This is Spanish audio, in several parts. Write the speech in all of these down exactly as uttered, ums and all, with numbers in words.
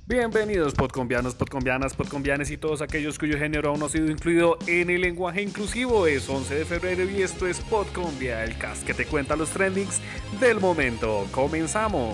Bienvenidos podcombianos, podcombianas, podcombianes y todos aquellos cuyo género aún no ha sido incluido en el lenguaje inclusivo. Es once de febrero y esto es Podcombia, el cast que te cuenta los trendings del momento. ¡Comenzamos!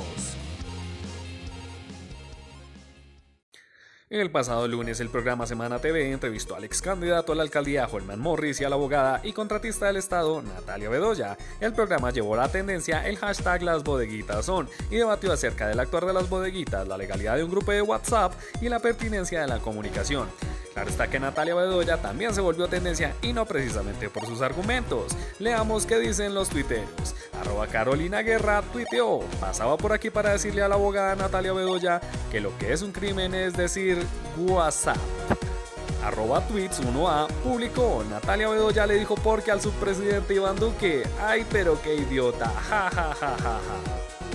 El pasado lunes, el programa Semana T V entrevistó al ex candidato a la alcaldía Holman Morris y a la abogada y contratista del estado Natalia Bedoya. El programa llevó a la tendencia el hashtag Las Bodeguitas Son y debatió acerca del actuar de las bodeguitas, la legalidad de un grupo de WhatsApp y la pertinencia de la comunicación. Claro está que Natalia Bedoya también se volvió tendencia y no precisamente por sus argumentos. Leamos qué dicen los tuiteros. Arroba Carolina Guerra tuiteó: pasaba por aquí para decirle a la abogada Natalia Bedoya que lo que es un crimen es decir WhatsApp. Arroba tweets uno A publicó: Natalia Bedoya le dijo porque al subpresidente Iván Duque. Ay, pero qué idiota. Ja, ja, ja, ja, ja.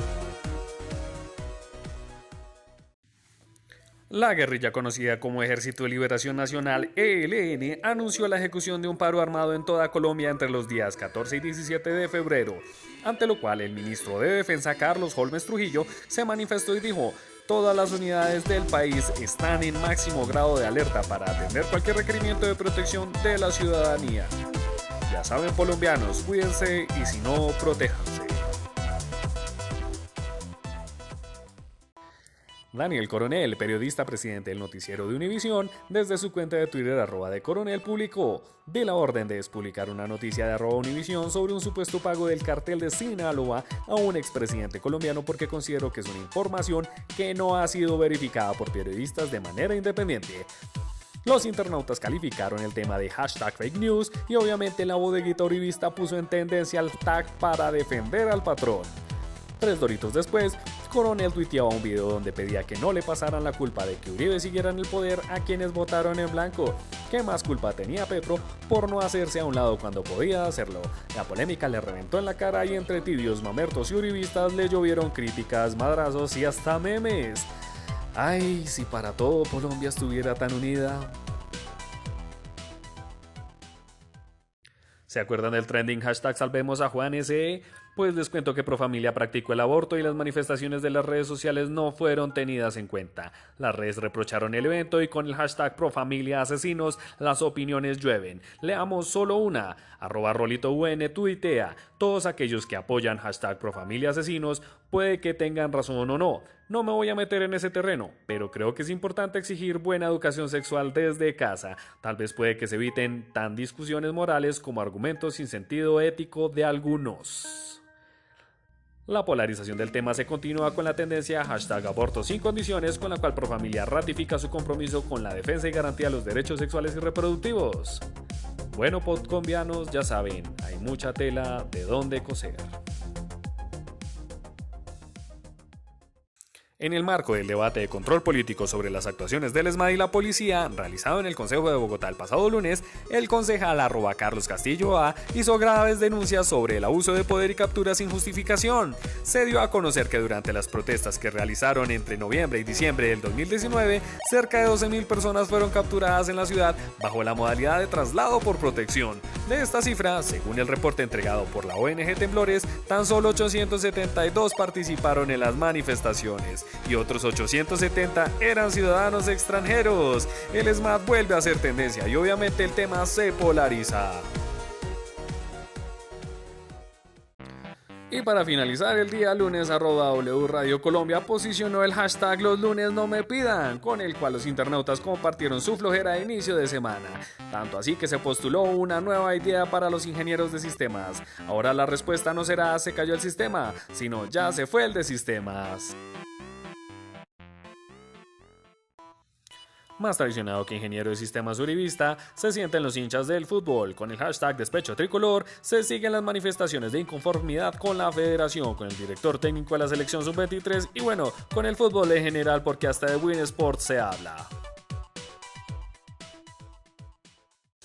La guerrilla conocida como Ejército de Liberación Nacional, E L N, anunció la ejecución de un paro armado en toda Colombia entre los días catorce y diecisiete de febrero, ante lo cual el ministro de Defensa, Carlos Holmes Trujillo, se manifestó y dijo: todas las unidades del país están en máximo grado de alerta para atender cualquier requerimiento de protección de la ciudadanía. Ya saben, colombianos, cuídense y si no, protéjanse. Daniel Coronel, periodista presidente del noticiero de Univisión, desde su cuenta de Twitter arroba de Coronel publicó: de la orden de despublicar una noticia de arroba Univisión sobre un supuesto pago del cartel de Sinaloa a un expresidente colombiano porque considero que es una información que no ha sido verificada por periodistas de manera independiente. Los internautas calificaron el tema de hashtag fake news y obviamente la bodeguita uribista puso en tendencia el tag para defender al patrón. Tres doritos después, Coronel tuiteaba un video donde pedía que no le pasaran la culpa de que Uribe siguiera en el poder a quienes votaron en blanco. ¿Qué más culpa tenía Petro por no hacerse a un lado cuando podía hacerlo? La polémica le reventó en la cara y entre tibios, mamertos y uribistas le llovieron críticas, madrazos y hasta memes. Ay, si para todo Colombia estuviera tan unida. ¿Se acuerdan del trending hashtag Salvemos a Juan S? Pues les cuento que Profamilia practicó el aborto y las manifestaciones de las redes sociales no fueron tenidas en cuenta. Las redes reprocharon el evento y con el hashtag Profamilia Asesinos las opiniones llueven. Leamos solo una. Arroba Rolito U N tuitea: todos aquellos que apoyan hashtag Profamilia Asesinos puede que tengan razón o no. No me voy a meter en ese terreno, pero creo que es importante exigir buena educación sexual desde casa. Tal vez puede que se eviten tan discusiones morales como argumentos sin sentido ético de algunos. La polarización del tema se continúa con la tendencia hashtag aborto sin condiciones, con la cual Profamilia ratifica su compromiso con la defensa y garantía de los derechos sexuales y reproductivos. Bueno, podcombianos, ya saben, hay mucha tela de dónde coser. En el marco del debate de control político sobre las actuaciones del ESMAD y la policía, realizado en el Consejo de Bogotá el pasado lunes, el concejal arroba Carlos Castillo A hizo graves denuncias sobre el abuso de poder y captura sin justificación. Se dio a conocer que durante las protestas que realizaron entre noviembre y diciembre del dos mil diecinueve, cerca de doce mil personas fueron capturadas en la ciudad bajo la modalidad de traslado por protección. De esta cifra, según el reporte entregado por la O N G Temblores, tan solo ochocientos setenta y dos participaron en las manifestaciones y otros ochocientos setenta eran ciudadanos extranjeros. El ESMAD vuelve a ser tendencia y obviamente el tema se polariza. Y para finalizar el día lunes, arroba W Radio Colombia posicionó el hashtag Los lunes no me pidan, con el cual los internautas compartieron su flojera de inicio de semana. Tanto así que se postuló una nueva idea para los ingenieros de sistemas. Ahora la respuesta no será se cayó el sistema, sino ya se fue el de sistemas. Más traicionado que ingeniero de sistemas uribista, se sienten los hinchas del fútbol. Con el hashtag Despecho Tricolor, se siguen las manifestaciones de inconformidad con la federación, con el director técnico de la selección sub veintitrés y bueno, con el fútbol en general porque hasta de Win Sports se habla.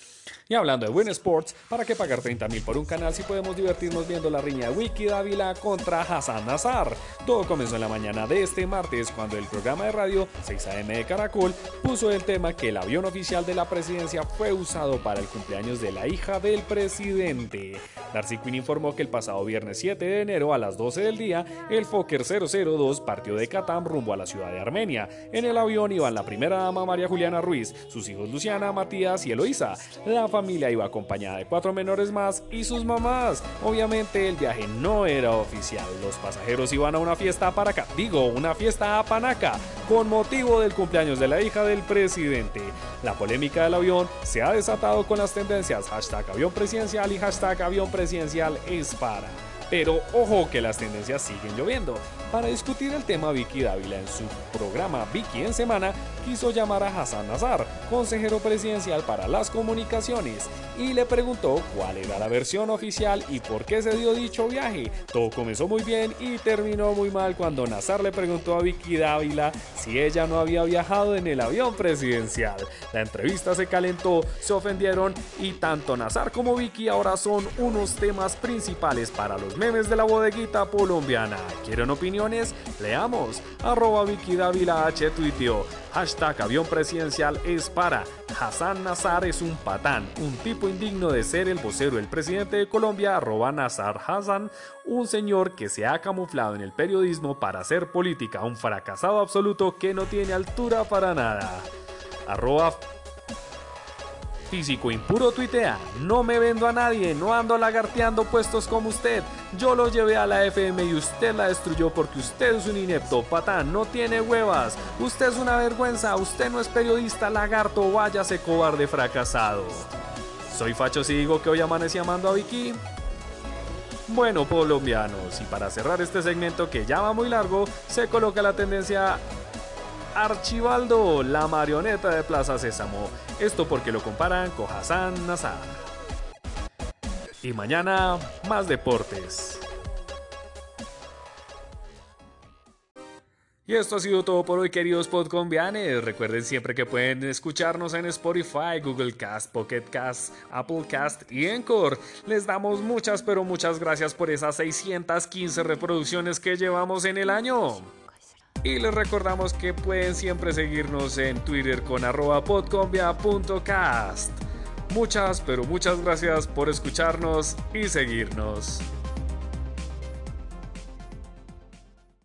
Y hablando de Win Sports, ¿para qué pagar treinta mil por un canal si podemos divertirnos viendo la riña de Vicky Dávila contra Hassan Nazar? Todo comenzó en la mañana de este martes cuando el programa de radio seis a eme de Caracol puso el tema que el avión oficial de la presidencia fue usado para el cumpleaños de la hija del presidente. Darcy Quinn informó que el pasado viernes siete de enero a las doce del día, el Fokker cero cero dos partió de Katán rumbo a la ciudad de Armenia. En el avión iban la primera dama María Juliana Ruiz, sus hijos Luciana, Matías y Eloísa. La familia iba acompañada de cuatro menores más y sus mamás. Obviamente el viaje no era oficial. Los pasajeros iban a una fiesta a Paraca, digo, una fiesta a Panaca, con motivo del cumpleaños de la hija del presidente. La polémica del avión se ha desatado con las tendencias hashtag avión presidencial y hashtag avión presidencial es para. Pero ojo que las tendencias siguen lloviendo. Para discutir el tema, Vicky Dávila en su programa Vicky en Semana quiso llamar a Hassan Nazar, consejero presidencial para las comunicaciones, y le preguntó cuál era la versión oficial y por qué se dio dicho viaje. Todo comenzó muy bien y terminó muy mal cuando Nazar le preguntó a Vicky Dávila si ella no había viajado en el avión presidencial. La entrevista se calentó, se ofendieron y tanto Nazar como Vicky ahora son unos temas principales para los memes de la bodeguita colombiana. ¿Quieren opiniones? Leamos. Arroba Vicky Dávila H tuiteó. Hashtag avión presidencial es para. Hassan Nazar es un patán, un tipo indigno de ser el vocero del presidente de Colombia. Arroba Nazar Hassan, un señor que se ha camuflado en el periodismo para hacer política, un fracasado absoluto que no tiene altura para nada. Arroba Físico Impuro tuitea, no me vendo a nadie, no ando lagarteando puestos como usted, yo lo llevé a la F M y usted la destruyó porque usted es un inepto, patán, no tiene huevas, usted es una vergüenza, usted no es periodista, lagarto, váyase cobarde fracasado. ¿Soy facho si digo que hoy amanecí amando a Vicky? Bueno, colombianos, y para cerrar este segmento que ya va muy largo, se coloca la tendencia Archibaldo, la marioneta de Plaza Sésamo. Esto porque lo comparan con Hassan Nazar. Y mañana, más deportes. Y esto ha sido todo por hoy, queridos podcombianes. Recuerden siempre que pueden escucharnos en Spotify, Google Cast, Pocket Cast, Apple Cast y Anchor. Les damos muchas pero muchas gracias por esas seiscientas quince reproducciones que llevamos en el año. Y les recordamos que pueden siempre seguirnos en Twitter con arroba podcombia punto cast. Muchas, pero muchas gracias por escucharnos y seguirnos.